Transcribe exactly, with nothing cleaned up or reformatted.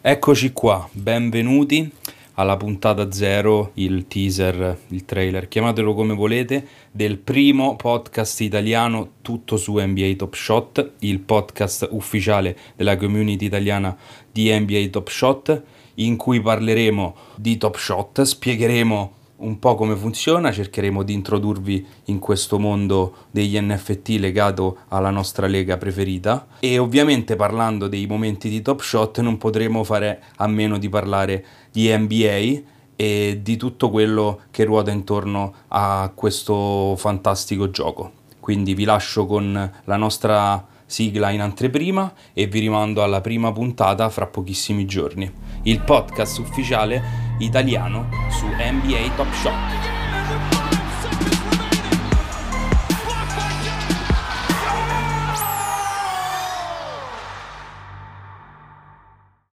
Eccoci qua, benvenuti alla puntata zero, il teaser, il trailer, chiamatelo come volete, del primo podcast italiano tutto su N B A Top Shot, il podcast ufficiale della community italiana di N B A Top Shot, in cui parleremo di Top Shot, spiegheremo un po' come funziona, cercheremo di introdurvi in questo mondo degli N F T legato alla nostra lega preferita e ovviamente parlando dei momenti di Top Shot non potremo fare a meno di parlare di N B A e di tutto quello che ruota intorno a questo fantastico gioco. Quindi vi lascio con la nostra sigla in anteprima e vi rimando alla prima puntata fra pochissimi giorni. Il podcast ufficiale italiano su N B A Top Shot.